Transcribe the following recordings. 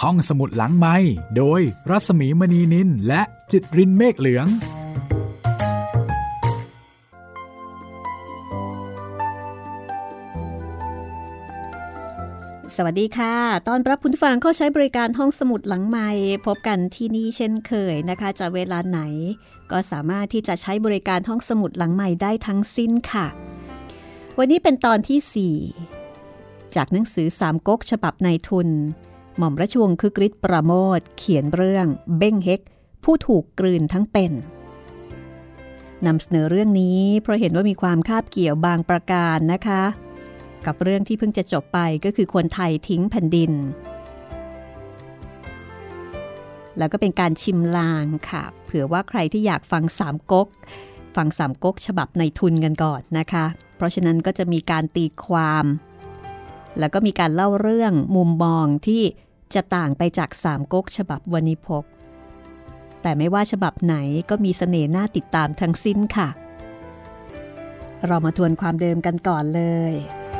ห้องสมุดหลังไมค์โดยรัศมีมณีนินและจิตรินเมฆเหลืองสวัสดีค่ะต้อนรับคุณผู้ฟังเข้าใช้บริการห้องสมุดหลังไมค์พบกันที่นี่เช่นเคยนะคะจะเวลาไหนก็สามารถที่จะใช้บริการห้องสมุดหลังไมค์ได้ทั้งสิ้นค่ะวันนี้เป็นตอนที่4จากหนังสือสามก๊กฉบับนายทุนหม่อมราชวงศ์คึกฤทธิ์ปราโมทย์เขียนเรื่องเบ้งเฮกผู้ถูกกลืนทั้งเป็นนำเสนอเรื่องนี้เพราะเห็นว่ามีความคาบเกี่ยวบางประการนะคะกับเรื่องที่เพิ่งจะจบไปก็คือคนไทยทิ้งแผ่นดินแล้วก็เป็นการชิมลางค่ะเผื่อว่าใครที่อยากฟังสามก๊กฟังสามก๊กฉบับในทุนกันก่อนนะคะเพราะฉะนั้นก็จะมีการตีความแล้วก็มีการเล่าเรื่องมุมมองที่จะต่างไปจากสามก๊กฉบับวณิพกแต่ไม่ว่าฉบับไหนก็มีเสน่ห์น่าติดตามทั้งสิ้นค่ะเรามาทวนความเดิมกันก่อนเลย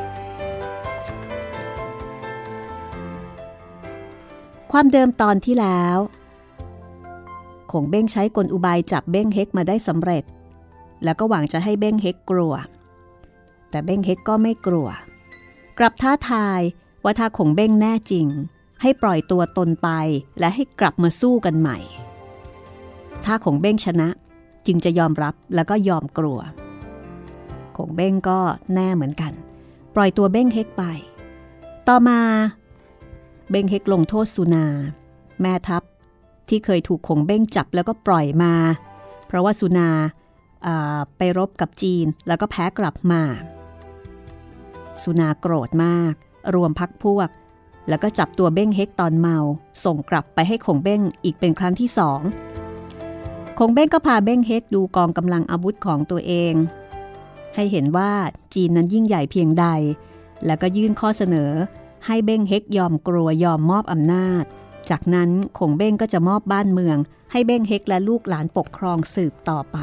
ความเดิมตอนที่แล้วคงเบ้งใช้กลอุบายจับเบ้งเฮกมาได้สำเร็จแล้วก็หวังจะให้เบ้งเฮกกลัวแต่เบ้งเฮกก็ไม่กลัวกลับท้าทายว่าถ้าคงเบ้งแน่จริงให้ปล่อยตัวตนไปและให้กลับมาสู้กันใหม่ถ้าคงเบ้งชนะจึงจะยอมรับแล้วก็ยอมกลัวคงเบ้งก็แน่เหมือนกันปล่อยตัวเบ้งเฮกไปต่อมาเบ้งเฮกลงโทษสุนาแม่ทัพที่เคยถูกคงเบ้งจับแล้วก็ปล่อยมาเพราะว่าสุนาไปรบกับจีนแล้วก็แพ้กลับมาสุนาโกรธมากรวมพรรคพวกแล้วก็จับตัวเบ้งเฮกตอนเมาส่งกลับไปให้คงเบ้งอีกเป็นครั้งที่สองคงเบ้งก็พาเบ้งเฮกดูกองกำลังอาวุธของตัวเองให้เห็นว่าจีนนั้นยิ่งใหญ่เพียงใดแล้วก็ยื่นข้อเสนอให้เบ้งเฮกยอมกลัวยอมมอบอำนาจจากนั้นคงเบ้งก็จะมอบบ้านเมืองให้เบ้งเฮกและลูกหลานปกครองสืบต่อไป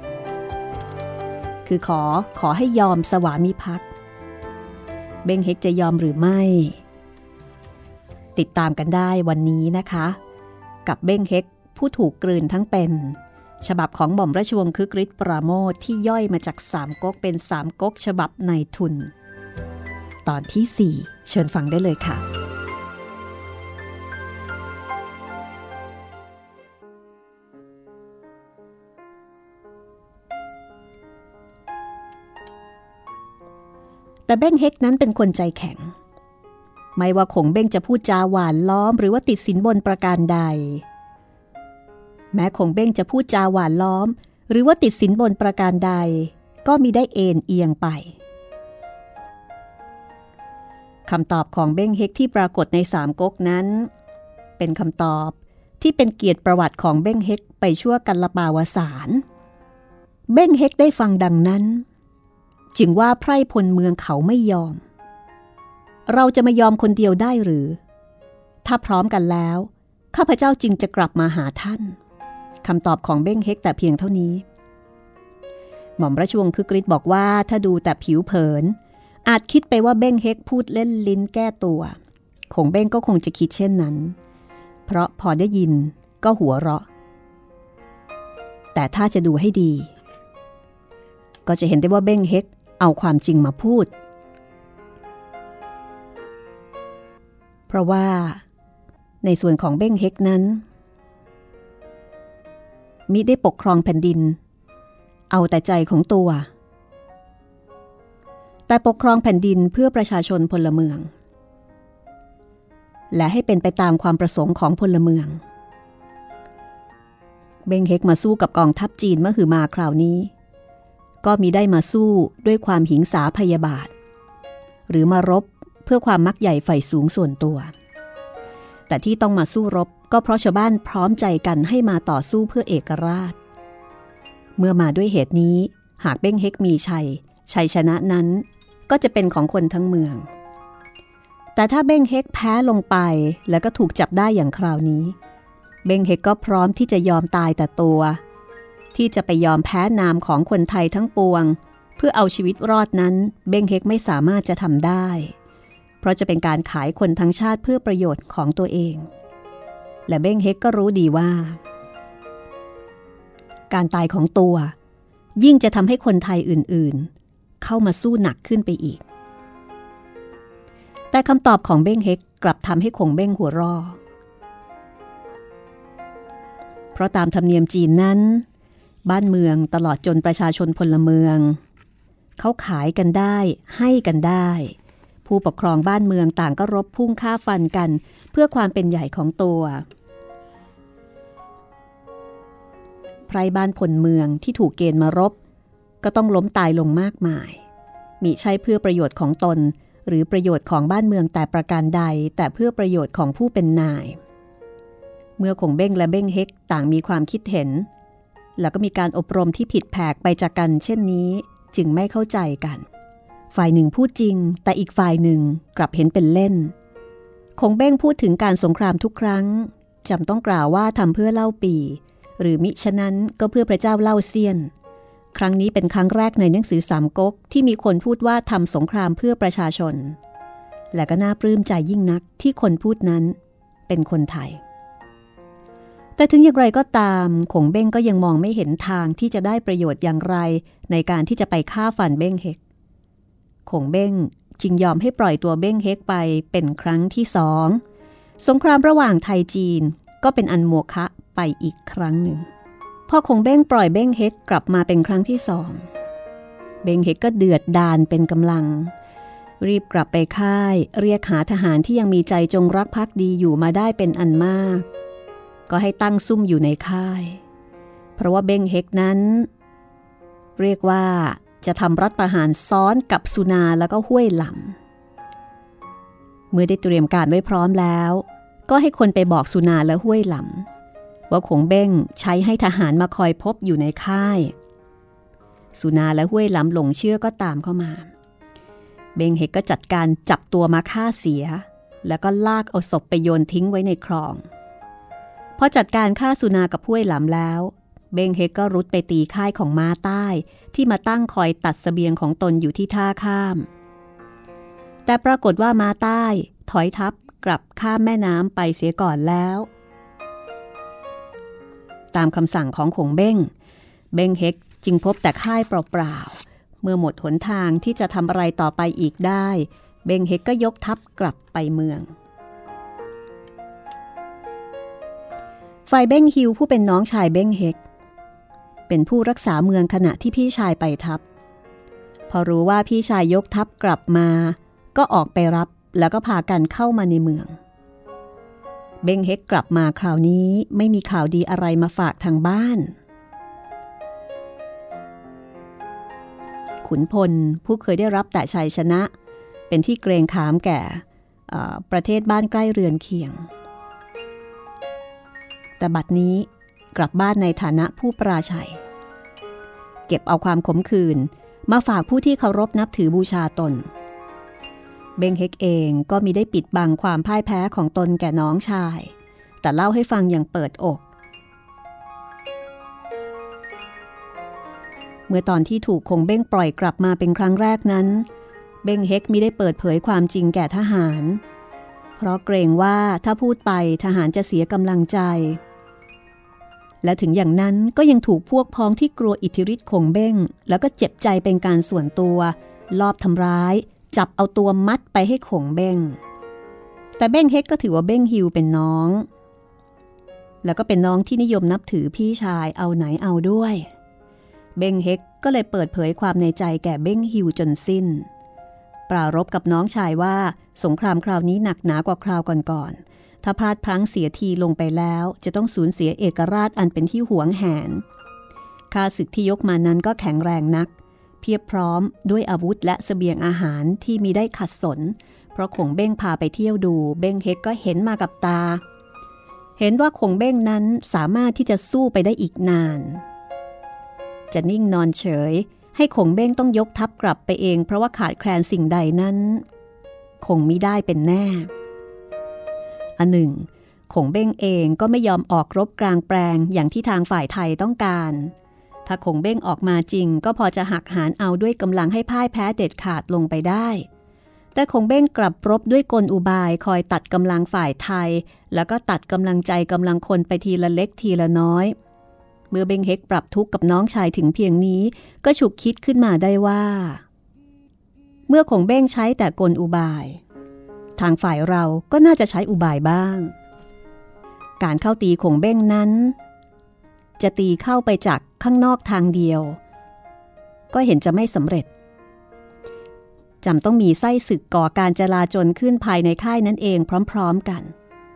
คือขอให้ยอมสวามิภักดิ์เบ้งเฮกจะยอมหรือไม่ติดตามกันได้วันนี้นะคะกับเบ้งเฮกผู้ถูกกลืนทั้งเป็นฉบับของหม่อมราชวงศ์คึกฤทธิ์ปราโมทย์ที่ย่อยมาจากสามก๊กเป็นสามก๊กฉบับในทุนตอนที่4เชิญฟังได้เลยค่ะแต่เบ้งเฮกนั้นเป็นคนใจแข็งไม่ว่าคงเบ้งจะพูดจาหวานล้อมหรือว่าติดสินบนประการใดแม้คงเบ้งจะพูดจาหวานล้อมหรือว่าติดสินบนประการใดก็มิได้เอ็นเอียงไปคำตอบของเบ้งเฮกที่ปรากฏในสามก๊กนั้นเป็นคำตอบที่เป็นเกียรติประวัติของเบ้งเฮกไปชั่วกัลปาวสานเบ้งเฮกได้ฟังดังนั้นจึงว่าไพร่พลเมืองเขาไม่ยอมเราจะมายอมคนเดียวได้หรือถ้าพร้อมกันแล้วข้าพเจ้าจึงจะกลับมาหาท่านคำตอบของเบ้งเฮกแต่เพียงเท่านี้หม่อมราชวงศ์คึกฤทธิ์บอกว่าถ้าดูแต่ผิวเผินอาจคิดไปว่าเบ้งเฮกพูดเล่นลิ้นแก้ตัวคงเบ้งก็คงจะคิดเช่นนั้นเพราะพอได้ยินก็หัวเราะแต่ถ้าจะดูให้ดีก็จะเห็นได้ว่าเบ้งเฮกเอาความจริงมาพูดเพราะว่าในส่วนของเบ้งเฮกนั้นมิได้ปกครองแผ่นดินเอาแต่ใจของตัวแต่ปกครองแผ่นดินเพื่อประชาชนพลเมืองและให้เป็นไปตามความประสงค์ของพลเมืองเบ้งเฮกมาสู้กับกองทัพจีนเมื่อหือมาคราวนี้ก็มิได้มาสู้ด้วยความหิงสาพยาบาทหรือมารบเพื่อความมักใหญ่ใฝ่สูงส่วนตัวแต่ที่ต้องมาสู้รบก็เพราะชาวบ้านพร้อมใจกันให้มาต่อสู้เพื่อเอกราชเมื่อมาด้วยเหตุนี้หากเบ้งเฮกมีชัยชนะนั้นก็จะเป็นของคนทั้งเมืองแต่ถ้าเบ้งเฮกแพ้ลงไปแล้วก็ถูกจับได้อย่างคราวนี้เบ้งเฮกก็พร้อมที่จะยอมตายแต่ตัวที่จะไปยอมแพ้นามของคนไทยทั้งปวงเพื่อเอาชีวิตรอดนั้นเบ้งเฮกไม่สามารถจะทำได้เพราะจะเป็นการขายคนทั้งชาติเพื่อประโยชน์ของตัวเองและเบ้งเฮกก็รู้ดีว่าการตายของตัวยิ่งจะทำให้คนไทยอื่นๆเข้ามาสู้หนักขึ้นไปอีกแต่คำตอบของเบ้งเฮกกลับทำให้คงเบ้งหัวเราะเพราะตามธรรมเนียมจีนนั้นบ้านเมืองตลอดจนประชาชนพลเมืองเขาขายกันได้ให้กันได้ผู้ปกครองบ้านเมืองต่างก็รบพุ่งฆ่าฟันกันเพื่อความเป็นใหญ่ของตัวไพร่บ้านพลเมืองที่ถูกเกณฑ์มารบก็ต้องล้มตายลงมากมายมิใช่เพื่อประโยชน์ของตนหรือประโยชน์ของบ้านเมืองแต่ประการใดแต่เพื่อประโยชน์ของผู้เป็นนายเมื่อคงเบ้งและเบ้งเฮกต่างมีความคิดเห็นแล้วก็มีการอบรมที่ผิดแผกไปจากกันเช่นนี้จึงไม่เข้าใจกันฝ่ายหนึ่งพูดจริงแต่อีกฝ่ายหนึ่งกลับเห็นเป็นเล่นคงเบ้งพูดถึงการสงครามทุกครั้งจำต้องกล่าวว่าทำเพื่อเล่าปีหรือมิฉะนั้นก็เพื่อพระเจ้าเล่าเซียนครั้งนี้เป็นครั้งแรกในหนังสือสามก๊กที่มีคนพูดว่าทำสงครามเพื่อประชาชนและก็น่าปลื้มใจยิ่งนักที่คนพูดนั้นเป็นคนไทยแต่ถึงอย่างไรก็ตามคงเบ้งก็ยังมองไม่เห็นทางที่จะได้ประโยชน์อย่างไรในการที่จะไปฆ่าฟันเบ้งเฮกคงเบ้งจึงยอมให้ปล่อยตัวเบ้งเฮกไปเป็นครั้งที่สองสงครามระหว่างไทยจีนก็เป็นอันโมฆะไปอีกครั้งหนึ่งพอคงเบ้งปล่อยเบ้งเฮกกลับมาเป็นครั้งที่สองเบ้งเฮกก็เดือดดาลเป็นกำลังรีบกลับไปค่ายเรียกหาทหารที่ยังมีใจจงรักภักดีอยู่มาได้เป็นอันมากก็ให้ตั้งซุ่มอยู่ในค่ายเพราะว่าเบ้งเฮกนั้นเรียกว่าจะทำรัฐประหารซ้อนกับสุนาแล้วก็ห้วยหลำเมื่อได้เตรียมการไว้พร้อมแล้วก็ให้คนไปบอกสุนาและห้วยหลำว่าคงเบ้งใช้ให้ทหารมาคอยพบอยู่ในค่ายสุนาและห้วยหลำหลงเชื่อก็ตามเข้ามาเบ้งเฮกก็จัดการจับตัวมาฆ่าเสียแล้วก็ลากเอาศพไปโยนทิ้งไว้ในคลองพอจัดการฆ่าสุนากับห้วยหลำแล้วเบ้งเฮกก็รุดไปตีค่ายของม้าใต้ที่มาตั้งคอยตัดเสบียงของตนอยู่ที่ท่าข้ามแต่ปรากฏว่าม้าใต้ถอยทัพกลับข้ามแม่น้ำไปเสียก่อนแล้วตามคำสั่งของคงเบ้งเฮกจึงพบแต่ค่ายเปล่าๆเมื่อหมดหนทางที่จะทำอะไรต่อไปอีกได้เบ้งเฮกก็ยกทัพกลับไปเมืองฝ่ายเบ้งฮิวผู้เป็นน้องชายเบ้งเฮกเป็นผู้รักษาเมืองขณะที่พี่ชายไปทัพพอรู้ว่าพี่ชายยกทัพกลับมาก็ออกไปรับแล้วก็พากันเข้ามาในเมืองเบ้งเฮกกลับมาคราวนี้ไม่มีข่าวดีอะไรมาฝากทางบ้านขุนพลผู้เคยได้รับแต่ชัยชนะเป็นที่เกรงขามแก่ประเทศบ้านใกล้เรือนเคียงแต่บัดนี้กลับบ้านในฐานะผู้ปราชัยเก็บเอาความขมขื่นมาฝากผู้ที่เคารพนับถือบูชาตนเบ้งเฮกเองก็มิได้ปิดบังความพ่ายแพ้ของตนแก่น้องชายแต่เล่าให้ฟังอย่างเปิดอกเมื่อตอนที่ถูกคงเบ้งปล่อยกลับมาเป็นครั้งแรกนั้นเบ้งเฮกมิได้เปิดเผยความจริงแก่ทหารเพราะเกรงว่าถ้าพูดไปทหารจะเสียกำลังใจและถึงอย่างนั้นก็ยังถูกพวกพ้องที่กลัวอิทธิฤทธิ์คงเบ้งแล้วก็เจ็บใจเป็นการส่วนตัวลอบทำร้ายจับเอาตัวมัดไปให้คงเบ้งแต่เบ้งเฮกก็ถือว่าเบ้งฮิวเป็นน้องแล้วก็เป็นน้องที่นิยมนับถือพี่ชายเอาไหนเอาด้วยเบ้งเฮกก็เลยเปิดเผยความในใจแก่เบ้งฮิวจนสิ้นปรารภกับน้องชายว่าสงครามคราวนี้หนักหนากว่าคราวก่อนๆถ้าพลาดพลั้งเสียทีลงไปแล้วจะต้องสูญเสียเอกราชอันเป็นที่หวงแหนข้าศึกที่ยกมานั้นก็แข็งแรงนักเพียบพร้อมด้วยอาวุธและเสบียงอาหารที่มีได้ขัดสนเพราะคงเบ้งพาไปเที่ยวดูเบ้งเฮกก็เห็นมากับตาเห็นว่าคงเบ้งนั้นสามารถที่จะสู้ไปได้อีกนานจะนิ่งนอนเฉยให้คงเบ้งต้องยกทัพกลับไปเองเพราะว่าขาดแคลนสิ่งใดนั้นคงมิได้เป็นแน่อันหนึ่งคงเบ้งเองก็ไม่ยอมออกรบกลางแปลงอย่างที่ทางฝ่ายไทยต้องการถ้าคงเบ้งออกมาจริงก็พอจะหักหารเอาด้วยกำลังให้พ่ายแพ้เด็ดขาดลงไปได้แต่คงเบ้งกลับรบด้วยกลอุบายคอยตัดกำลังฝ่ายไทยแล้วก็ตัดกำลังใจกำลังคนไปทีละเล็กทีละน้อยเมื่อเบ้งเฮกปรับทุกข์กับน้องชายถึงเพียงนี้ก็ฉุกคิดขึ้นมาได้ว่าเมื่อคงเบ้งใช้แต่กลอุบายทางฝ่ายเราก็น่าจะใช้อุบายบ้างการเข้าตีคงเบ้งนั้นจะตีเข้าไปจากข้างนอกทางเดียวก็เห็นจะไม่สำเร็จจำต้องมีไส้ศึกก่อการจลาจลขึ้นภายในค่ายนั้นเองพร้อมๆกัน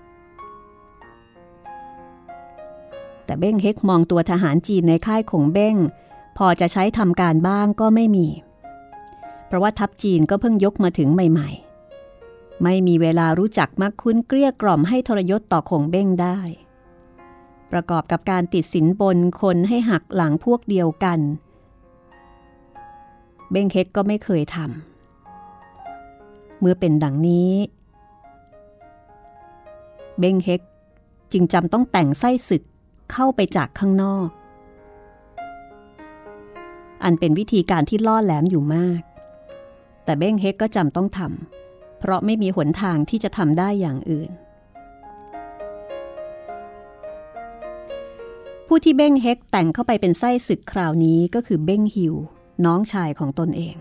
แต่เบ้งเฮกมองตัวทหารจีนในค่ายคงเบ้งพอจะใช้ทำการบ้างก็ไม่มีเพราะว่าทัพจีนก็เพิ่งยกมาถึงใหม่ๆไม่มีเวลารู้จักมักคุ้นเกลี้ยกล่อมให้ทรยศต่อคงเบ้งได้ประกอบกับการติดสินบนคนให้หักหลังพวกเดียวกันเบ้งเฮกก็ไม่เคยทำเมื่อเป็นดังนี้เบ้งเฮกจึงจำต้องแต่งไส้ศึกเข้าไปจากข้างนอกอันเป็นวิธีการที่ล่อแหลมอยู่มากแต่เบ้งเฮกก็จำต้องทำเพราะไม่มีหนทางที่จะทำได้อย่างอื่นผู้ที่เบ้งเฮกแต่งเข้าไปเป็นไส้ศึกคราวนี้ก็คือเบ้งฮิวน้องชายของตนเอง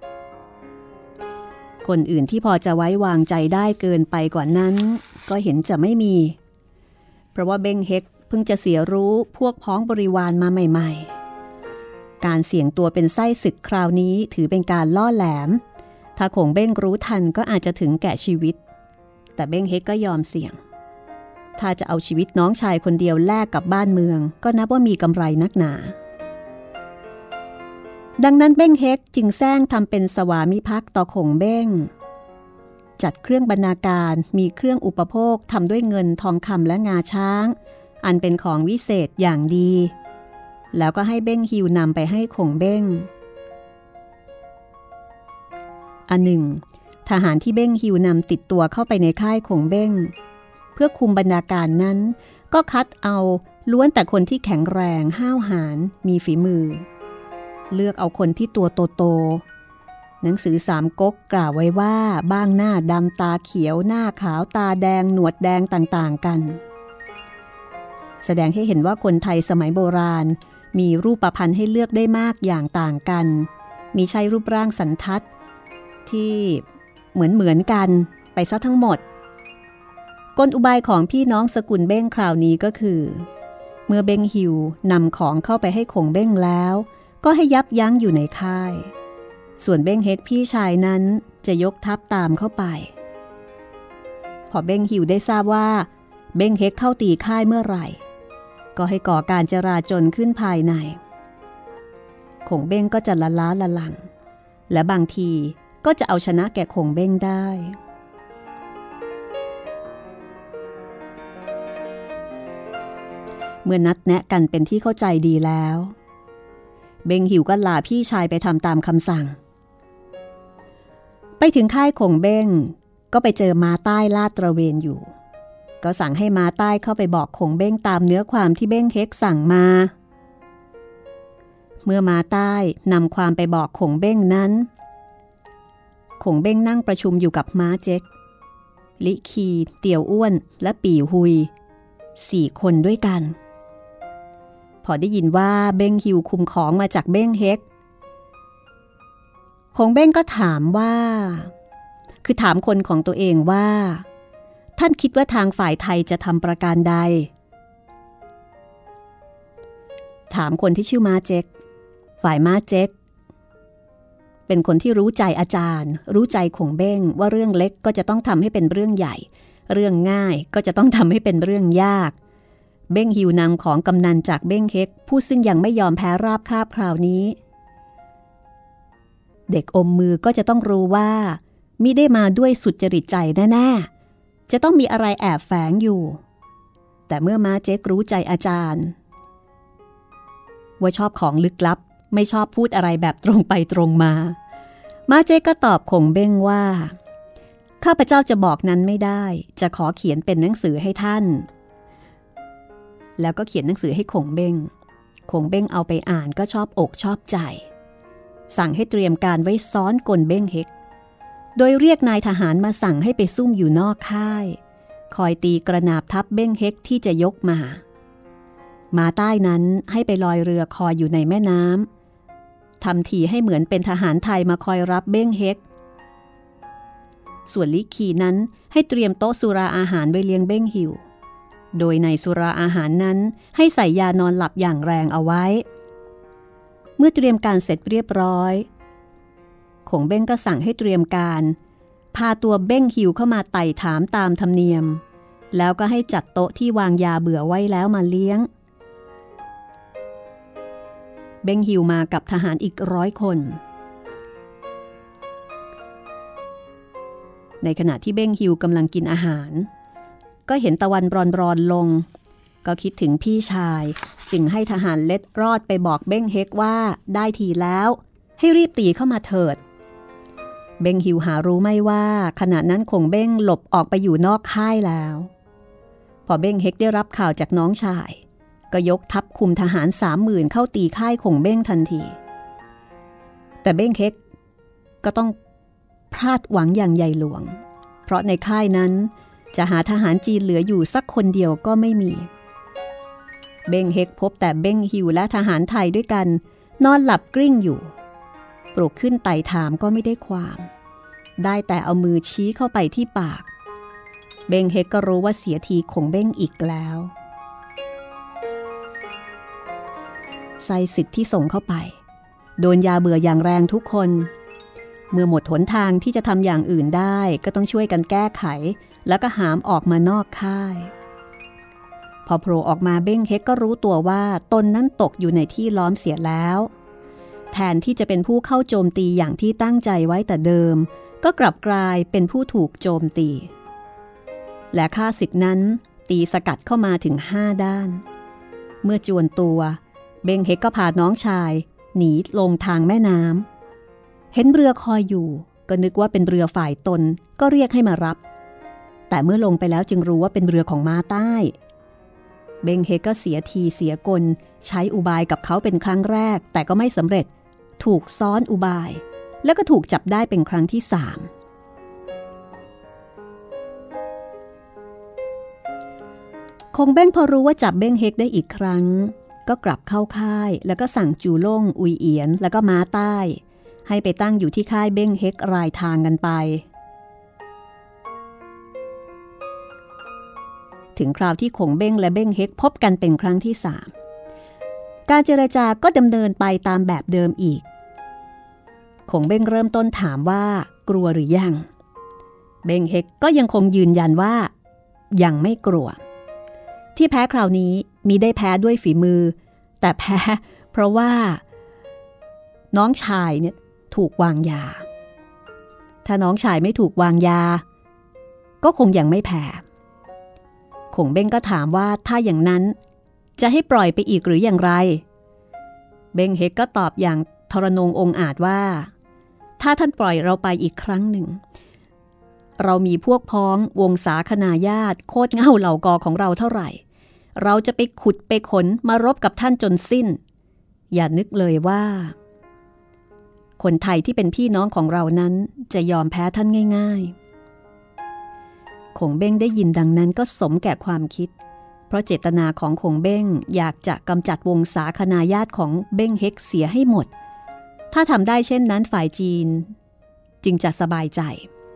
คนอื่นที่พอจะไว้วางใจได้เกินไปกว่านั้นก็เห็นจะไม่มีเพราะว่าเบ้งเฮกเพิ่งจะเสียรู้พวกพ้องบริวารมาใหม่ๆการเสี่ยงตัวเป็นไส้ศึกคราวนี้ถือเป็นการล่อแหลมถ้าคงเบ้งรู้ทันก็อาจจะถึงแก่ชีวิตแต่เบ้งเฮกก็ยอมเสี่ยงถ้าจะเอาชีวิตน้องชายคนเดียวแลกกับบ้านเมืองก็นับว่ามีกำไรนักหนาดังนั้นเบ้งเฮกจึงแซงทำเป็นสวามิภักดิ์ต่อคงเบ้งจัดเครื่องบรรณาการมีเครื่องอุปโภคทำด้วยเงินทองคำและงาช้างอันเป็นของวิเศษอย่างดีแล้วก็ให้เบ้งฮิวนำไปให้คงเบ้งอันหนึ่งทหารที่เบ้งฮิวนำติดตัวเข้าไปในค่ายคงเบ้งเพื่อคุมบรรณาการนั้นก็คัดเอาล้วนแต่คนที่แข็งแรงห้าวหาญมีฝีมือเลือกเอาคนที่ตัวโตๆหนังสือสามก๊กกล่าวไว้ว่าบ้างหน้าดำตาเขียวหน้าขาวตาแดงหนวดแดงต่างๆกันแสดงให้เห็นว่าคนไทยสมัยโบราณมีรูปพรรณให้เลือกได้มากอย่างต่างกันมีใช้รูปร่างสันทัดที่เหมือนกันไปซะทั้งหมดกลอุบายของพี่น้องสกุลเบ้งคราวนี้ก็คือเมื่อเบ้งฮิวนำของเข้าไปให้คงเบ้งแล้วก็ให้ยับยั้งอยู่ในค่ายส่วนเบ้งเฮกพี่ชายนั้นจะยกทัพตามเข้าไปพอเบ้งฮิวได้ทราบว่าเบ้งเฮกเข้าตีค่ายเมื่อไหร่ก็ให้ก่อการจราจลขึ้นภายในคงเบ้งก็จะละล้าละลังและบางทีก็จะเอาชนะแก่คงเบ้งได้เมื่อนัดแนะกันเป็นที่เข้าใจดีแล้วเบ้งฮิวก็ลาพี่ชายไปทำตามคำสั่งไปถึงค่ายคงเบ้งก็ไปเจอม้าใต้ลาดตระเวนอยู่ก็สั่งให้ม้าใต้เข้าไปบอกคงเบ้งตามเนื้อความที่เบ้งเฮกสั่งมาเมื่อม้าใต้นำความไปบอกคงเบ้งนั้นคงเบ้งนั่งประชุมอยู่กับม้าเจ๊กลิคีเตี่ยวอ้วนและปี่ฮุย4 คนด้วยกันพอได้ยินว่าเบ้งฮิวคุมของมาจากเบ้งเฮกคงเบ้งก็ถามว่าคือถามคนของตัวเองว่าท่านคิดว่าทางฝ่ายไทยจะทำประการใดถามคนที่ชื่อม้าเจ๊กฝ่ายม้าเจ๊กเป็นคนที่รู้ใจอาจารย์รู้ใจคงเบ้งว่าเรื่องเล็กก็จะต้องทำให้เป็นเรื่องใหญ่เรื่องง่ายก็จะต้องทำให้เป็นเรื่องยากเบ้งฮิวนำของกำนันจากเบ้งเฮกผู้ซึ่งยังไม่ยอมแพ้ราบคาบคราวนี้เด็กอมมือก็จะต้องรู้ว่ามิได้มาด้วยสุจริตใจแน่ๆจะต้องมีอะไรแอบแฝงอยู่แต่เมื่อม้าเจ๊กรู้ใจอาจารย์ว่าชอบของลึกลับไม่ชอบพูดอะไรแบบตรงไปตรงมาม้าเจ๊กก็ตอบคงเบ้งว่าข้าพเจ้าจะบอกนั้นไม่ได้จะขอเขียนเป็นหนังสือให้ท่านแล้วก็เขียนหนังสือให้คงเบ้งคงเบ้งเอาไปอ่านก็ชอบอกชอบใจสั่งให้เตรียมการไว้ซ้อนกลเบ้งเฮกโดยเรียกนายทหารมาสั่งให้ไปซุ่มอยู่นอกค่ายคอยตีกระนาบทัพเบ้งเฮกที่จะยกมาใต้นั้นให้ไปลอยเรือคอยอยู่ในแม่น้ำทำทีให้เหมือนเป็นทหารไทยมาคอยรับเบ้งเฮกส่วนลิคีนั้นให้เตรียมโต๊ะสุราอาหารไว้เลี้ยงเบ้งหิวโดยในสุราอาหารนั้นให้ใส่ยานอนหลับอย่างแรงเอาไว้เมื่อเตรียมการเสร็จเรียบร้อยขงเบ้งก็สั่งให้เตรียมการพาตัวเบ้งหิวเข้ามาไต่ถามตามธรรมเนียมแล้วก็ให้จัดโต๊ะที่วางยาเบื่อไว้แล้วมาเลี้ยงเบ้งหิวมากับทหารอีก100 คนในขณะที่เบ้งหิวกำลังกินอาหารก็เห็นตะวันรอนลงก็คิดถึงพี่ชายจึงให้ทหารเล็ดรอดไปบอกเบ้งเฮกว่าได้ทีแล้วให้รีบตีเข้ามาเถิดเบ้งหิวหารู้ไม่ว่าขณะนั้นคงเบ้งหลบออกไปอยู่นอกค่ายแล้วพอเบ้งเฮกได้รับข่าวจากน้องชายก็ยกทัพคุมทหาร 30,000 เข้าตีค่ายคงเบ้งทันทีแต่เบ้งเฮกก็ต้องพลาดหวังอย่างใหญ่หลวงเพราะในค่ายนั้นจะหาทหารจีนเหลืออยู่สักคนเดียวก็ไม่มีเบ้งเฮกพบแต่เบ้งหิวและทหารไทยด้วยกันนอนหลับกลิ้งอยู่ปลุกขึ้นไต่ถามก็ไม่ได้ความได้แต่เอามือชี้เข้าไปที่ปากเบ้งเฮกก็รู้ว่าเสียทีคงเบ้งอีกแล้วไส้ศึกที่ส่งเข้าไปโดนยาเบื่ออย่างแรงทุกคนเมื่อหมดหนทางที่จะทำอย่างอื่นได้ก็ต้องช่วยกันแก้ไขแล้วก็หามออกมานอกค่ายพอโผล่ออกมาเบ้งเฮกก็รู้ตัวว่าตนนั้นตกอยู่ในที่ล้อมเสียแล้วแทนที่จะเป็นผู้เข้าโจมตีอย่างที่ตั้งใจไว้แต่เดิมก็กลับกลายเป็นผู้ถูกโจมตีและข้าศึกนั้นตีสกัดเข้ามาถึง5 ด้านเมื่อจวนตัวเบ้งเฮกก็พาน้องชายหนีลงทางแม่น้ำเห็นเรือคอยอยู่ก็นึกว่าเป็นเรือฝ่ายตนก็เรียกให้มารับแต่เมื่อลงไปแล้วจึงรู้ว่าเป็นเรือของม้าใต้เบ้งเฮกก็เสียทีเสียกลใช้อุบายกับเขาเป็นครั้งแรกแต่ก็ไม่สำเร็จถูกซ้อนอุบายแล้วก็ถูกจับได้เป็นครั้งที่ 3คงเบ้งพอรู้ว่าจับเบ้งเฮกได้อีกครั้งก็กลับเข้าค่ายแล้วก็สั่งจูล่งอุยเอียนแล้วก็ม้าใต้ให้ไปตั้งอยู่ที่ค่ายเบ้งเฮกรายทางกันไปถึงคราวที่คงเบ้งและเบ้งเฮกพบกันเป็นครั้งที่ 3การเจรจาก็ดำเนินไปตามแบบเดิมอีกคงเบ้งเริ่มต้นถามว่ากลัวหรือยังเบ้งเฮกก็ยังคงยืนยันว่ายังไม่กลัวที่แพ้คราวนี้มิได้แพ้ด้วยฝีมือแต่แพ้เพราะว่าน้องชายเนี่ยถูกวางยาถ้าน้องชายไม่ถูกวางยาก็คงยังไม่แพ้คงเบ้งก็ถามว่าถ้าอย่างนั้นจะให้ปล่อยไปอีกหรืออย่างไรเบ้งเฮกก็ตอบอย่างทรนงองอาจว่าถ้าท่านปล่อยเราไปอีกครั้งหนึ่งเรามีพวกพ้องวงศาคณาญาติโคตรเง่าเหล่ากอของเราเท่าไหร่เราจะไปขุดไปขนมารบกับท่านจนสิ้นอย่านึกเลยว่าคนไทยที่เป็นพี่น้องของเรานั้นจะยอมแพ้ท่านง่ายๆคงเบ้งได้ยินดังนั้นก็สมแก่ความคิดเพราะเจตนาของคงเบ้งอยากจะกำจัดวงศาคณาญาติของเบ้งเฮกเสียให้หมดถ้าทำได้เช่นนั้นฝ่ายจีนจึงจะสบายใจ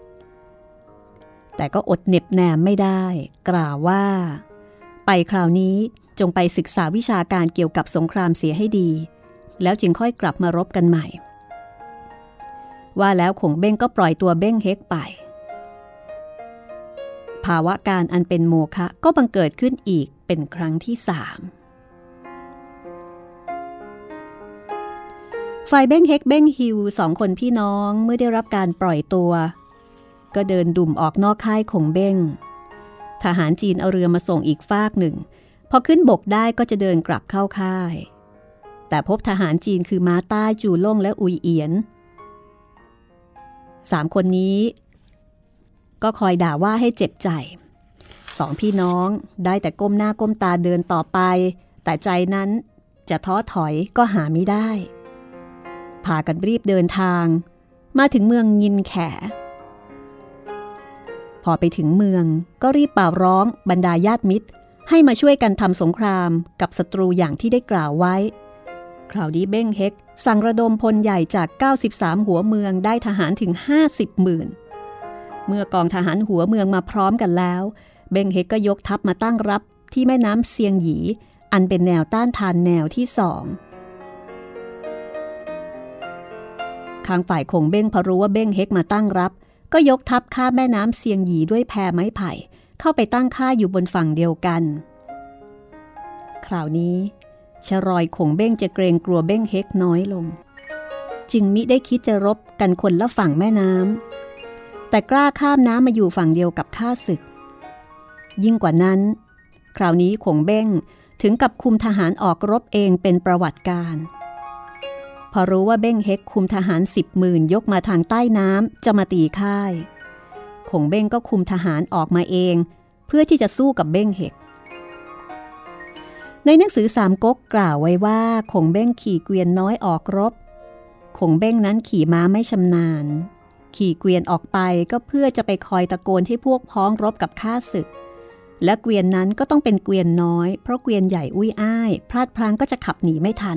แต่ก็อดเหน็บแนมไม่ได้กล่าวว่าไปคราวนี้จงไปศึกษาวิชาการเกี่ยวกับสงครามเสียให้ดีแล้วจึงค่อยกลับมารบกันใหม่ว่าแล้วคงเบ้งก็ปล่อยตัวเบ้งเฮกไปภาวะการอันเป็นโมฆะก็บังเกิดขึ้นอีกเป็นครั้งที่ 3ฝ่ายเบ้งเฮกเบ้งฮิว2 คนพี่น้องเมื่อได้รับการปล่อยตัวก็เดินดุ่มออกนอกค่ายคงเบ้งทหารจีนเอาเรือมาส่งอีกฟากหนึ่งพอขึ้นบกได้ก็จะเดินกลับเข้าค่ายแต่พบทหารจีนคือม้าใต้จูล่งและอุยเอียน3 คนนี้ก็คอยด่าว่าให้เจ็บใจ2 พี่น้องได้แต่ก้มหน้าก้มตาเดินต่อไปแต่ใจนั้นจะท้อถอยก็หาไม่ได้พากันรีบเดินทางมาถึงเมืองยินแขพอไปถึงเมืองก็รีบเป่าร้องบรรดาญาติมิตรให้มาช่วยกันทำสงครามกับศัตรูอย่างที่ได้กล่าวไว้คราวนี้เบ้งเฮกสั่งระดมพลใหญ่จาก93หัวเมืองได้ทหารถึง50,000เมื่อกองทหารหัวเมืองมาพร้อมกันแล้วเบ้งเฮกก็ยกทัพมาตั้งรับที่แม่น้ำเซียงหยีอันเป็นแนวต้านทานแนวที่2ข้างฝ่ายคงเบ้งพอรู้ว่าเบ้งเฮกมาตั้งรับก็ยกทัพข้ามแม่น้ำเซียงหยีด้วยแพไม้ไผ่เข้าไปตั้งค่ายอยู่บนฝั่งเดียวกันคราวนี้ชรอยคงเบ้งจะเกรงกลัวเบ้งเฮกน้อยลงจึงมิได้คิดจะรบกันคนละฝั่งแม่น้ำแต่กล้าข้ามน้ำมาอยู่ฝั่งเดียวกับข้าศึกยิ่งกว่านั้นคราวนี้คงเบ้งถึงกับคุมทหารออกรบเองเป็นประวัติการพอรู้ว่าเบ้งเฮกคุมทหาร10,000ยกมาทางใต้น้ำจะมาตีค่ายคงเบ้งก็คุมทหารออกมาเองเพื่อที่จะสู้กับเบ้งเฮกในหนังสือสามก๊กกล่าวไว้ว่าคงเบ้งขี่เกวียนน้อยออกรบคงเบ้งนั้นขี่ม้าไม่ชำนาญขี่เกวียนออกไปก็เพื่อจะไปคอยตะโกนให้พวกพ้องรบกับข้าศึกและเกวียนนั้นก็ต้องเป็นเกวียนน้อยเพราะเกวียนใหญ่อุ้ยอ้ายพลาดพลั้งก็จะขับหนีไม่ทัน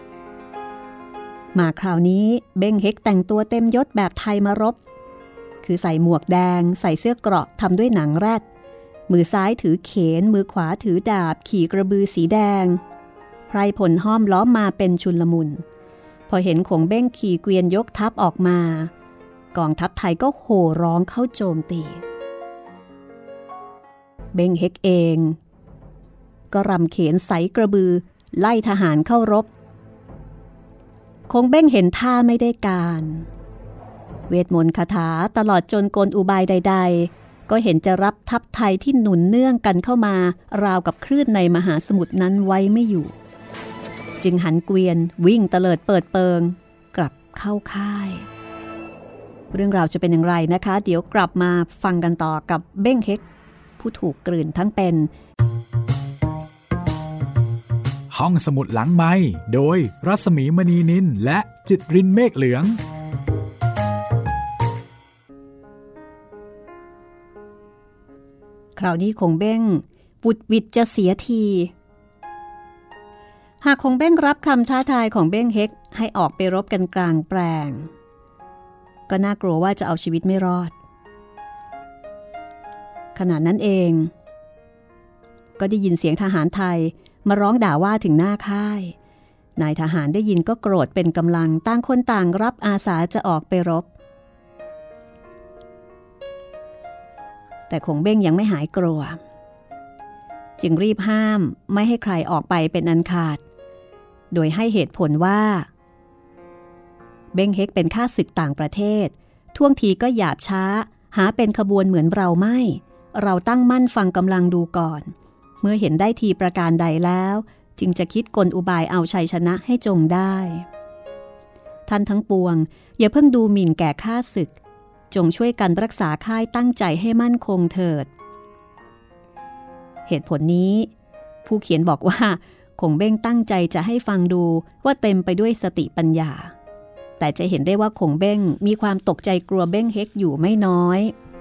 มาคราวนี้เบ้งเฮกแต่งตัวเต็มยศแบบไทยมารบคือใส่หมวกแดงใส่เสื้อเกราะทำด้วยหนังแรดมือซ้ายถือเขนมือขวาถือดาบขี่กระบือสีแดงไพรพลห้อมล้อมมาเป็นชุลมุนพอเห็นคงเบ้งขี่เกวียนยกทัพออกมากองทัพไทยก็โห่ร้องเข้าโจมตีเบ้งเฮกเองก็รำเขนใส่กระบือไล่ทหารเข้ารบคงเบ้งเห็นท่าไม่ได้การเวทมนต์คาถาตลอดจนกลอุบายใดๆก็เห็นจะรับทัพไทยที่หนุนเนื่องกันเข้ามาราวกับคลื่นในมหาสมุทรนั้นไว้ไม่อยู่จึงหันเกวียนวิ่งเตลิดเปิดเปิงกลับเข้าค่ายเรื่องราวจะเป็นอย่างไรนะคะเดี๋ยวกลับมาฟังกันต่อกับเบ้งเฮกผู้ถูกกลืนทั้งเป็นห้องสมุดหลังไมค์โดยรัศมีมณีนินและจิตรินเมฆเหลืองคราวนี้คงเบ้งวุดวิดจะเสียทีหากคงเบ้งรับคำท้าทายของเบ้งเฮกให้ออกไปรบกันกลางแปลงก็น่ากลัวว่าจะเอาชีวิตไม่รอดขณะนั้นเองก็ได้ยินเสียงทหารไทยมาร้องด่าว่าถึงหน้าค่ายนายทหารได้ยินก็โกรธเป็นกำลังต่างคนต่างรับอาสาจะออกไปรบแต่คงเบ้งยังไม่หายกลัวจึงรีบห้ามไม่ให้ใครออกไปเป็นอันขาดโดยให้เหตุผลว่าเบ้งเฮกเป็นข้าศึกต่างประเทศท่วงทีก็หยาบช้าหาเป็นขบวนเหมือนเราไม่เราตั้งมั่นฟังกำลังดูก่อนเมื่อเห็นได้ทีประการใดแล้วจึงจะคิดกลอุบายเอาชัยชนะให้จงได้ท่านทั้งปวงอย่าเพิ่งดูหมิ่นแก่ข้าศึกจงช่วยกันรักษาค่ายตั้งใจให้มั่นคงเถิดเหตุผลนี้ผู้เขียนบอกว่าคงเบ้งตั้งใจจะให้ฟังดูว่าเต็มไปด้วยสติปัญญาแต่จะเห็นได้ว่าคงเบ้งมีความตกใจกลัวเบ้งเฮกอยู่ไม่น้อย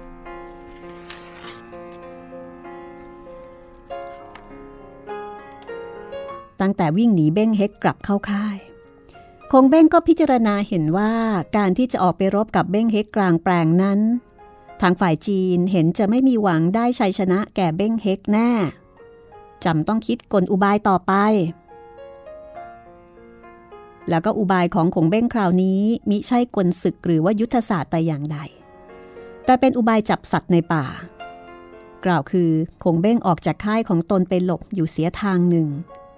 ตั้งแต่วิ่งหนีเบ้งเฮกกลับเข้าค่ายคงเบ้งก็พิจารณาเห็นว่าการที่จะออกไปรบกับเบ้งเฮกกลางแปลงนั้นทางฝ่ายจีนเห็นจะไม่มีหวังได้ชัยชนะแก่เบ้งเฮกแน่จำต้องคิดกลอุบายต่อไปแล้วก็อุบายของคงเบ้งคราวนี้มิใช่กลศึกหรือว่ายุทธศาสตร์แต่อย่างใดแต่เป็นอุบายจับสัตว์ในป่ากล่าวคือคงเบ้งออกจากค่ายของตนไปหลบอยู่เสียทางหนึ่ง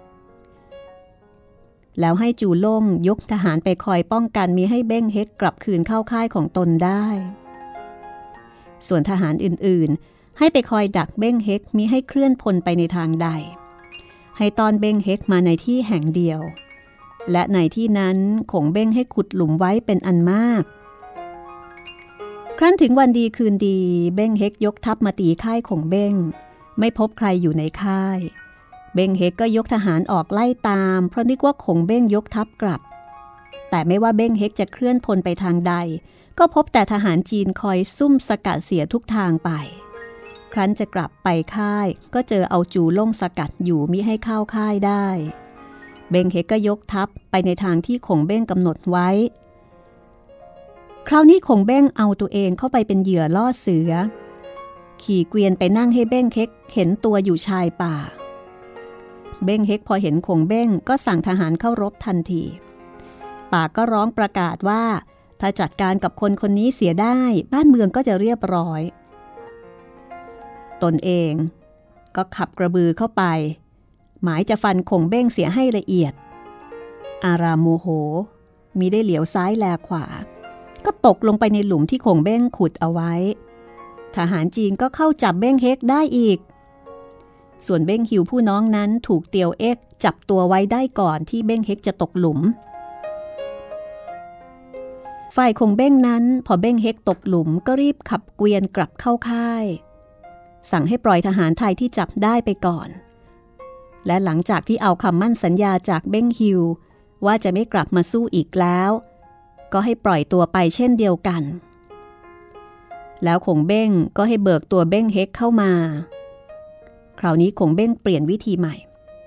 แล้วให้จูล่งยกทหารไปคอยป้องกันมิให้เบ้งเฮกกลับคืนเข้าค่ายของตนได้ส่วนทหารอื่นๆให้ไปคอยดักเบ้งเฮกมิให้เคลื่อนพลไปในทางใดให้ตอนเบ้งเฮกมาในที่แห่งเดียวและในที่นั้นคงเบ้งให้ขุดหลุมไว้เป็นอันมากครั้นถึงวันดีคืนดีเบ้งเฮกยกทัพมาตีค่ายคงเบ้งไม่พบใครอยู่ในค่ายเบ้งเฮกก็ยกทหารออกไล่ตามเพราะนึกว่าคงเบ้งยกทัพกลับแต่ไม่ว่าเบ้งเฮกจะเคลื่อนพลไปทางใดก็พบแต่ทหารจีนคอยซุ่มสกัดเสียทุกทางไปครั้นจะกลับไปค่ายก็เจอเอาจูล่งสกัดอยู่มิให้เข้าค่ายได้เบ้งเฮกก็ยกทัพไปในทางที่คงเบ้งกำหนดไว้คราวนี้คงเบ้งเอาตัวเองเข้าไปเป็นเหยื่อล่อเสือขี่เกวียนไปนั่งให้เบ้งเฮกเห็นตัวอยู่ชายป่าเบ้งเฮกพอเห็นคงเบ้งก็สั่งทหารเข้ารบทันทีป่าก็ร้องประกาศว่าถ้าจัดการกับคนคนนี้เสียได้บ้านเมืองก็จะเรียบร้อยตนเองก็ขับกระบือเข้าไปหมายจะฟันคงเบ้งเสียให้ละเอียดอารามโมโหมิได้เหลียวซ้ายแลขวาก็ตกลงไปในหลุมที่คงเบ้งขุดเอาไว้ทหารจีนก็เข้าจับเบ้งเฮกได้อีกส่วนเบ้งฮิวผู้น้องนั้นถูกเตียวเอ็กจับตัวไว้ได้ก่อนที่เบ้งเฮกจะตกหลุมฝ่ายคงเบ้งนั้นพอเบ้งเฮกตกหลุมก็รีบขับเกวียนกลับเข้าค่ายสั่งให้ปล่อยทหารไทยที่จับได้ไปก่อนและหลังจากที่เอาคำมั่นสัญญาจากเบ้งฮิวว่าจะไม่กลับมาสู้อีกแล้วก็ให้ปล่อยตัวไปเช่นเดียวกันแล้วคงเบ้งก็ให้เบิกตัวเบ้งเฮกเข้ามาคราวนี้คงเบ้งเปลี่ยนวิธีใหม่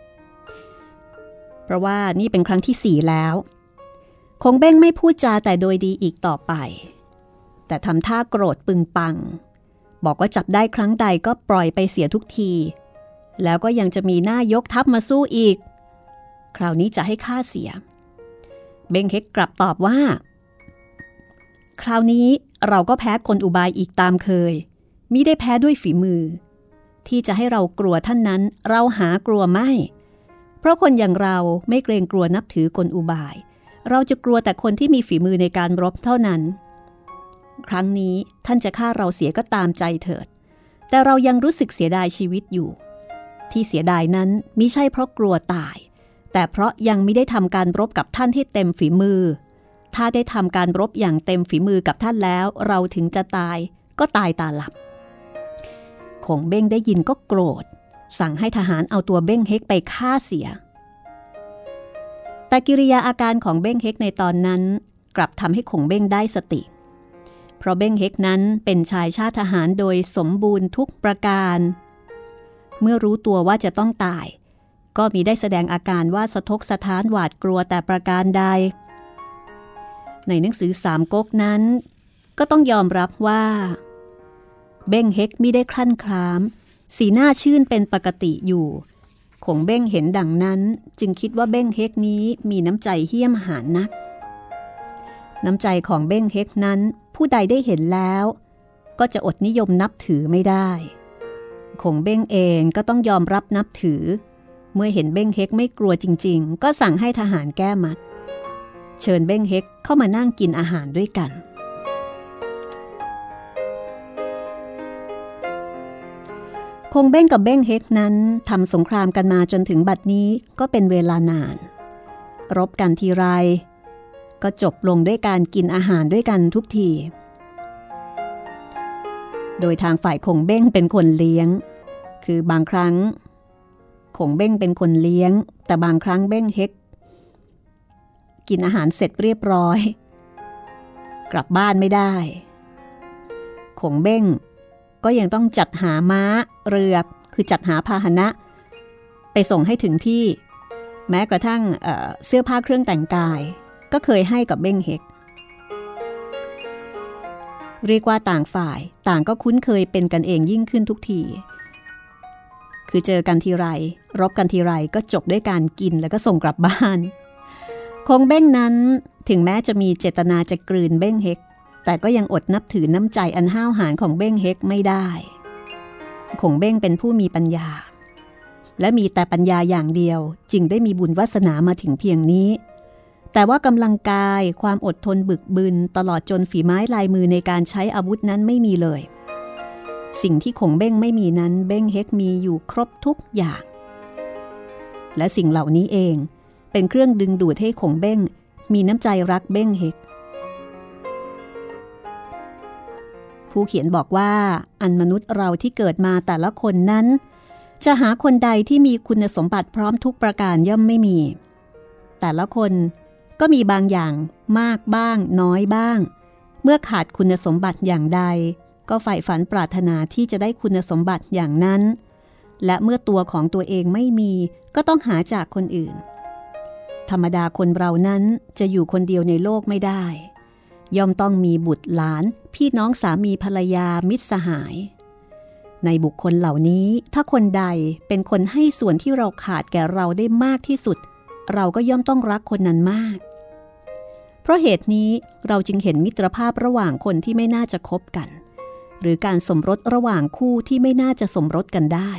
เพราะว่านี่เป็นครั้งที่4แล้วคงเบ้งไม่พูดจาแต่โดยดีอีกต่อไปแต่ทำท่าโกรธปึงปังบอกว่าจับได้ครั้งใดก็ปล่อยไปเสียทุกทีแล้วก็ยังจะมีหน้ายกทัพมาสู้อีกคราวนี้จะให้ฆ่าเสียเบ้งเฮกกลับตอบว่าคราวนี้เราก็แพ้คนอุบายอีกตามเคยมิได้แพ้ด้วยฝีมือที่จะให้เรากลัวท่านนั้นเราหากลัวไม่เพราะคนอย่างเราไม่เกรงกลัวนับถือกลอุบายเราจะกลัวแต่คนที่มีฝีมือในการรบเท่านั้นครั้งนี้ท่านจะฆ่าเราเสียก็ตามใจเถิดแต่เรายังรู้สึกเสียดายชีวิตอยู่ที่เสียดายนั้นมิใช่เพราะกลัวตายแต่เพราะยังไม่ได้ทำการรบกับท่านที่เต็มฝีมือถ้าได้ทำการรบอย่างเต็มฝีมือกับท่านแล้วเราถึงจะตายก็ตายตาหลับคงเบ้งได้ยินก็โกรธสั่งให้ทหารเอาตัวเบ้งเฮกไปฆ่าเสียแต่กิริยาอาการของเบ้งเฮกในตอนนั้นกลับทำให้คงเบ้งได้สติเพราะเบ้งเฮกนั้นเป็นชายชาติทหารโดยสมบูรณ์ทุกประการเมื่อรู้ตัวว่าจะต้องตายก็มีได้แสดงอาการว่าสะทกสะท้านหวาดกลัวแต่ประการใดในหนังสือสามก๊กนั้นก็ต้องยอมรับว่าเบ้งเฮกมิได้คลั่นคล้ามสีหน้าชื่นเป็นปกติอยู่คงเบ้งเห็นดังนั้นจึงคิดว่าเบ้งเฮกนี้มีน้ำใจเหี้ยมหาญนักน้ำใจของเบ้งเฮกนั้นผู้ใดได้เห็นแล้วก็จะอดนิยมนับถือไม่ได้คงเบ้งเองก็ต้องยอมรับนับถือเมื่อเห็นเบ้งเฮกไม่กลัวจริงๆก็สั่งให้ทหารแก้มัดเชิญเบ้งเฮกเข้ามานั่งกินอาหารด้วยกันคงเบ้งกับเบ้งเฮกนั้นทำสงครามกันมาจนถึงบัดนี้ก็เป็นเวลานานรบกันทีไรก็จบลงด้วยการกินอาหารด้วยกันทุกทีโดยทางฝ่ายคงเบ้งเป็นคนเลี้ยงคือบางครั้งคงเบ้งเป็นคนเลี้ยงแต่บางครั้งเบ้งเฮกกินอาหารเสร็จเรียบร้อยกลับบ้านไม่ได้คงเบ้งก็ยังต้องจัดหาม้าเรือคือจัดหาพาหนะไปส่งให้ถึงที่แม้กระทั่งเสื้อผ้าเครื่องแต่งกายก็เคยให้กับเบ้งเฮกเรียกว่าต่างฝ่ายต่างก็คุ้นเคยเป็นกันเองยิ่งขึ้นทุกทีคือเจอกันทีไรรบกันทีไรก็จบด้วยการกินแล้วก็ส่งกลับบ้านคงเบ้งนั้นถึงแม้จะมีเจตนาจะกลืนเบ้งเฮกแต่ก็ยังอดนับถือน้ำใจอันห้าวหาญของเบ้งเฮกไม่ได้คงเบ้งเป็นผู้มีปัญญาและมีแต่ปัญญาอย่างเดียวจึงได้มีบุญวาสนามาถึงเพียงนี้แต่ว่ากำลังกายความอดทนบึกบึนตลอดจนฝีไม้ลายมือในการใช้อาวุธนั้นไม่มีเลยสิ่งที่คงเบ้งไม่มีนั้นเบ้งเฮกมีอยู่ครบทุกอย่างและสิ่งเหล่านี้เองเป็นเครื่องดึงดูดให้คงเบ้งมีน้ำใจรักเบ้งเฮกผู้เขียนบอกว่าอันมนุษย์เราที่เกิดมาแต่ละคนนั้นจะหาคนใดที่มีคุณสมบัติพร้อมทุกประการย่อมไม่มีแต่ละคนก็มีบางอย่างมากบ้างน้อยบ้างเมื่อขาดคุณสมบัติอย่างใดก็ใฝ่ฝันปรารถนาที่จะได้คุณสมบัติอย่างนั้นและเมื่อตัวของตัวเองไม่มีก็ต้องหาจากคนอื่นธรรมดาคนเรานั้นจะอยู่คนเดียวในโลกไม่ได้ย่อมต้องมีบุตรหลานพี่น้องสามีภรรยามิตรสหายในบุคคลเหล่านี้ถ้าคนใดเป็นคนให้ส่วนที่เราขาดแก่เราได้มากที่สุดเราก็ย่อมต้องรักคนนั้นมากเพราะเหตุนี้เราจึงเห็นมิตรภาพระหว่างคนที่ไม่น่าจะคบกันหรือการสมรสระหว่างคู่ที่ไม่น่าจะสมรสกันได้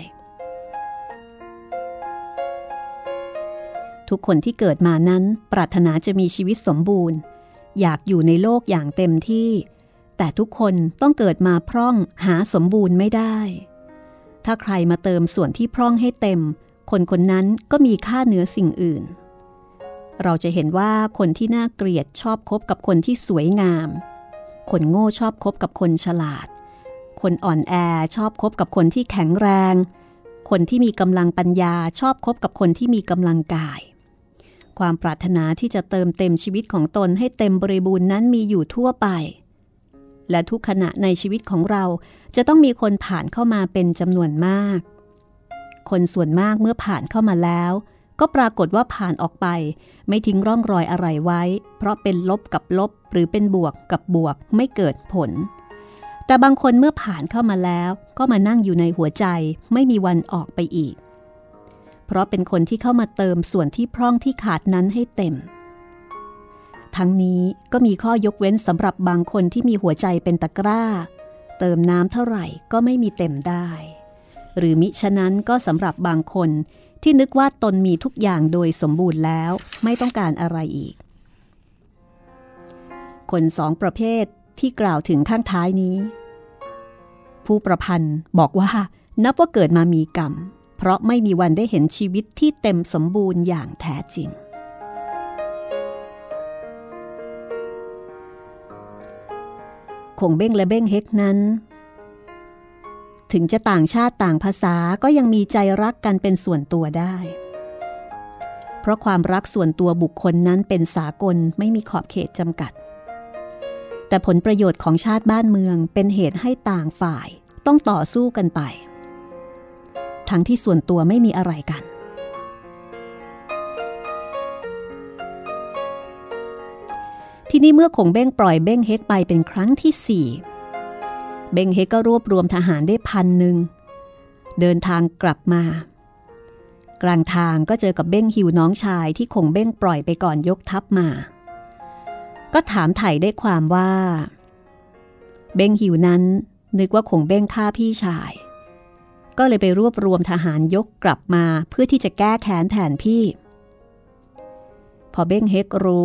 ทุกคนที่เกิดมานั้นปรารถนาจะมีชีวิตสมบูรณ์อยากอยู่ในโลกอย่างเต็มที่แต่ทุกคนต้องเกิดมาพร่องหาสมบูรณ์ไม่ได้ถ้าใครมาเติมส่วนที่พร่องให้เต็มคนคนนั้นก็มีค่าเหนือสิ่งอื่นเราจะเห็นว่าคนที่น่าเกลียดชอบคบกับคนที่สวยงามคนโง่ชอบคบกับคนฉลาดคนอ่อนแอชอบคบกับคนที่แข็งแรงคนที่มีกำลังปัญญาชอบคบกับคนที่มีกำลังกายความปรารถนาที่จะเติมเต็มชีวิตของตนให้เต็มบริบูรณ์นั้นมีอยู่ทั่วไปและทุกขณะในชีวิตของเราจะต้องมีคนผ่านเข้ามาเป็นจำนวนมากคนส่วนมากเมื่อผ่านเข้ามาแล้วก็ปรากฏว่าผ่านออกไปไม่ทิ้งร่องรอยอะไรไว้เพราะเป็นลบกับลบหรือเป็นบวกกับบวกไม่เกิดผลแต่บางคนเมื่อผ่านเข้ามาแล้วก็มานั่งอยู่ในหัวใจไม่มีวันออกไปอีกเพราะเป็นคนที่เข้ามาเติมส่วนที่พร่องที่ขาดนั้นให้เต็มทั้งนี้ก็มีข้อยกเว้นสำหรับบางคนที่มีหัวใจเป็นตะกร้าเติมน้ำเท่าไหร่ก็ไม่มีเต็มได้หรือมิฉะนั้นก็สำหรับบางคนที่นึกว่าตนมีทุกอย่างโดยสมบูรณ์แล้วไม่ต้องการอะไรอีกคนสองประเภทที่กล่าวถึงข้างท้ายนี้ผู้ประพันธ์บอกว่านับว่าเกิดมามีกรรมเพราะไม่มีวันได้เห็นชีวิตที่เต็มสมบูรณ์อย่างแท้จริงคงเบ้งและเบ้งเฮกนั้นถึงจะต่างชาติต่างภาษาก็ยังมีใจรักกันเป็นส่วนตัวได้เพราะความรักส่วนตัวบุคคลนั้นเป็นสากลไม่มีขอบเขตจำกัดแต่ผลประโยชน์ของชาติบ้านเมืองเป็นเหตุให้ต่างฝ่ายต้องต่อสู้กันไปทั้งที่ส่วนตัวไม่มีอะไรกันทีนี้เมื่อคงเบ้งปล่อยเบ้งเฮกไปเป็นครั้งที่4เบ้งเฮกก็รวบรวมทหารได้1,000เดินทางกลับมากลางทางก็เจอกับเบ้งฮิวน้องชายที่คงเบ้งปล่อยไปก่อนยกทัพมาก็ถามไถ่ได้ความว่าเบ้งฮิวนั้นนึกว่าคงเบ้งฆ่าพี่ชายก็เลยไปรวบรวมทหารยกกลับมาเพื่อที่จะแก้แค้นแทนพี่พอเบ้งเฮกรู้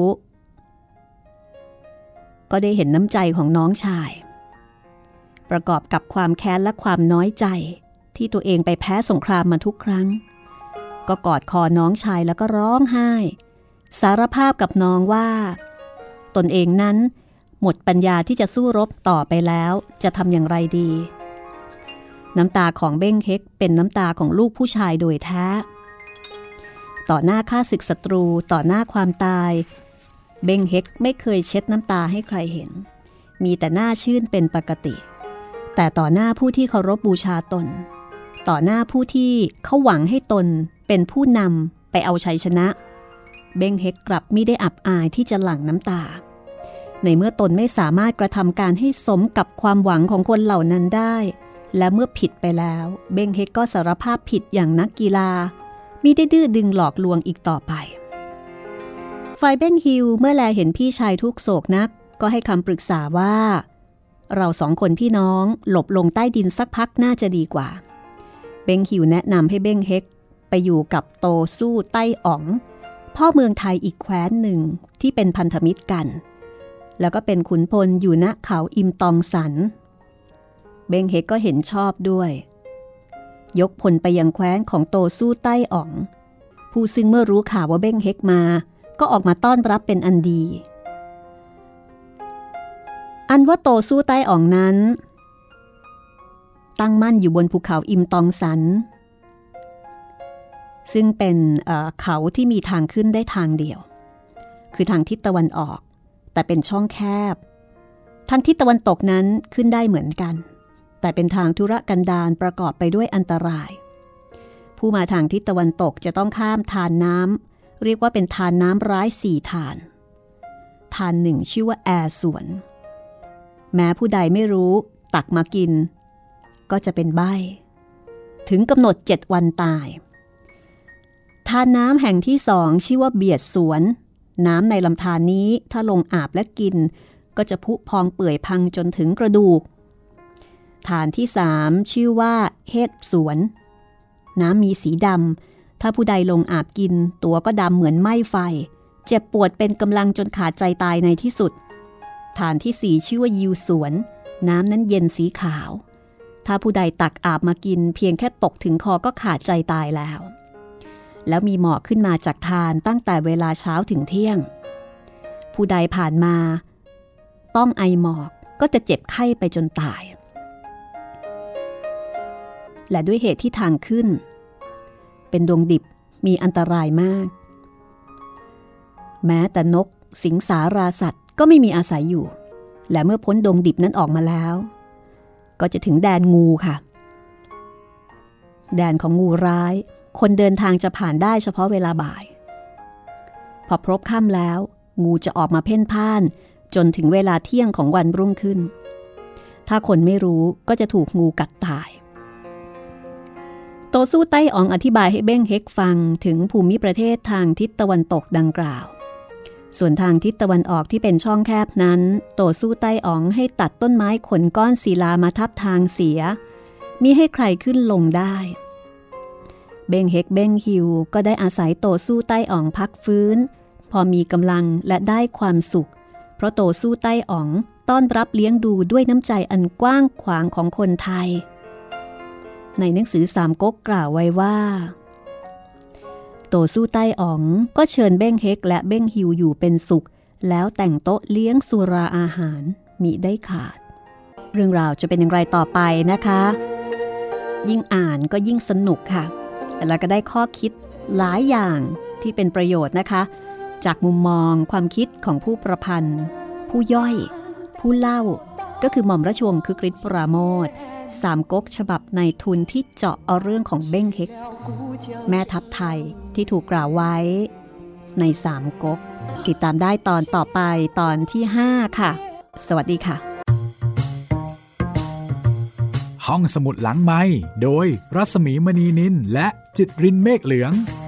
ก็ได้เห็นน้ำใจของน้องชายประกอบกับความแค้นและความน้อยใจที่ตัวเองไปแพ้สงครามมาทุกครั้งก็กอดคอน้องชายแล้วก็ร้องไห้สารภาพกับน้องว่าตนเองนั้นหมดปัญญาที่จะสู้รบต่อไปแล้วจะทำอย่างไรดีน้ำตาของเบ้งเฮกเป็นน้ำตาของลูกผู้ชายโดยแท้ต่อหน้าข้าศึกศัตรูต่อหน้าความตายเบ้งเฮกไม่เคยเช็ดน้ำตาให้ใครเห็นมีแต่หน้าชื่นเป็นปกติแต่ต่อหน้าผู้ที่เคารพบูชาตนต่อหน้าผู้ที่เขาหวังให้ตนเป็นผู้นำไปเอาชัยชนะเบ้งเฮกกลับมิได้อับอายที่จะหลั่งน้ำตาในเมื่อตนไม่สามารถกระทำการให้สมกับความหวังของคนเหล่านั้นได้และเมื่อผิดไปแล้วเบ้งเฮกก็สารภาพผิดอย่างนักกีฬามิได้ดื้อดึงหลอกลวงอีกต่อไปฝ่ายเบ้งฮิวเมื่อแลเห็นพี่ชายทุกโศกนักก็ให้คำปรึกษาว่าเราสองคนพี่น้องหลบลงใต้ดินสักพักน่าจะดีกว่าเบ้งฮิวแนะนำให้เบ้งเฮกไปอยู่กับโตสู้ไต้อ๋องพ่อเมืองไทยอีกแคว้นหนึ่งที่เป็นพันธมิตรกันแล้วก็เป็นขุนพลอยู่ณเขาอิมตองสันเบ้งเฮกก็เห็นชอบด้วยยกพลไปยังแคว้นของโตสู้ไต้อ๋องผู้ซึ่งเมื่อรู้ข่าวว่าเบ้งเฮกมาก็ออกมาต้อนรับเป็นอันดีอันว่าโตสู้ไต้อ๋องนั้นตั้งมั่นอยู่บนภูเขาอิมตองสันซึ่งเป็นเขาที่มีทางขึ้นได้ทางเดียวคือทางทิศตะวันออกแต่เป็นช่องแคบทางทิศตะวันตกนั้นขึ้นได้เหมือนกันแต่เป็นทางทุรกันดารประกอบไปด้วยอันตรายผู้มาทางทิศตะวันตกจะต้องข้ามทานน้ำเรียกว่าเป็นทานน้ำร้าย4 ทานหนึ่งชื่อว่าแอสวนแม้ผู้ใดไม่รู้ตักมากินก็จะเป็นใบ้ถึงกำหนด7 วันตายทานน้ำแห่งที่2ชื่อว่าเบียดสวนน้ำในลำธารนี้ถ้าลงอาบและกินก็จะพุพองเปื่อยพังจนถึงกระดูกทานที่3ชื่อว่าเฮดสวนน้ำมีสีดำถ้าผู้ใดลงอาบกินตัวก็ดำเหมือนไหม้ไฟเจ็บปวดเป็นกำลังจนขาดใจตายในที่สุดทานที่4ชื่อว่ายิวสวนน้ำนั้นเย็นสีขาวถ้าผู้ใดตักอาบมากินเพียงแค่ตกถึงคอก็ขาดใจตายแล้วมีหมอกขึ้นมาจากทานตั้งแต่เวลาเช้าถึงเที่ยงผู้ใดผ่านมาต้องไอหมอกก็จะเจ็บไข้ไปจนตายและด้วยเหตุที่ทางขึ้นเป็นดวงดิบมีอันตรายมากแม้แต่นกสิงสาราสัตว์ก็ไม่มีอาศัยอยู่และเมื่อพ้นดงดิบนั้นออกมาแล้วก็จะถึงแดนงูค่ะแดนของงูร้ายคนเดินทางจะผ่านได้เฉพาะเวลาบ่ายพอพบค่ำแล้วงูจะออกมาเพ่นพ่านจนถึงเวลาเที่ยงของวันรุ่งขึ้นถ้าคนไม่รู้ก็จะถูกงูกัดตายโตสู้ไต้อ๋องอธิบายให้เบ้งเฮกฟังถึงภูมิประเทศทางทิศตะวันตกดังกล่าวส่วนทางทิศตะวันออกที่เป็นช่องแคบนั้นโตสู้ไต้อ๋องให้ตัดต้นไม้ขนก้อนศิลามาทับทางเสียมิให้ใครขึ้นลงได้เบ้งเฮกเบ้งฮิวก็ได้อาศัยโตสู้ไต้อ๋องพักฟื้นพอมีกำลังและได้ความสุขเพราะโตสู้ไต้อ๋องต้อนรับเลี้ยงดูด้วยน้ำใจอันกว้างขวางของคนไทยในหนังสือสามก๊กกล่าวไว้ว่าโตสู้ไต้อ๋องก็เชิญเบ้งเฮกและเบ้งฮิวอยู่เป็นสุขแล้วแต่งโต๊ะเลี้ยงสุราอาหารมิได้ขาดเรื่องราวจะเป็นอย่างไรต่อไปนะคะยิ่งอ่านก็ยิ่งสนุกค่ะแล้วก็ได้ข้อคิดหลายอย่างที่เป็นประโยชน์นะคะจากมุมมองความคิดของผู้ประพันธ์ผู้ย่อยผู้เล่าก็คือหม่อมราชวงศ์คึกฤทธิ์ปราโมชสามก๊กฉบับในทุนที่เจาะเอาเรื่องของเบ้งเฮกแม่ทัพไทยที่ถูกกล่าวไว้ในสามก๊กติดตามได้ตอนต่อไปตอนที่5ค่ะสวัสดีค่ะห้องสมุดหลังไมค์โดยรัศมีมณีนินและจิตรินเมฆเหลือง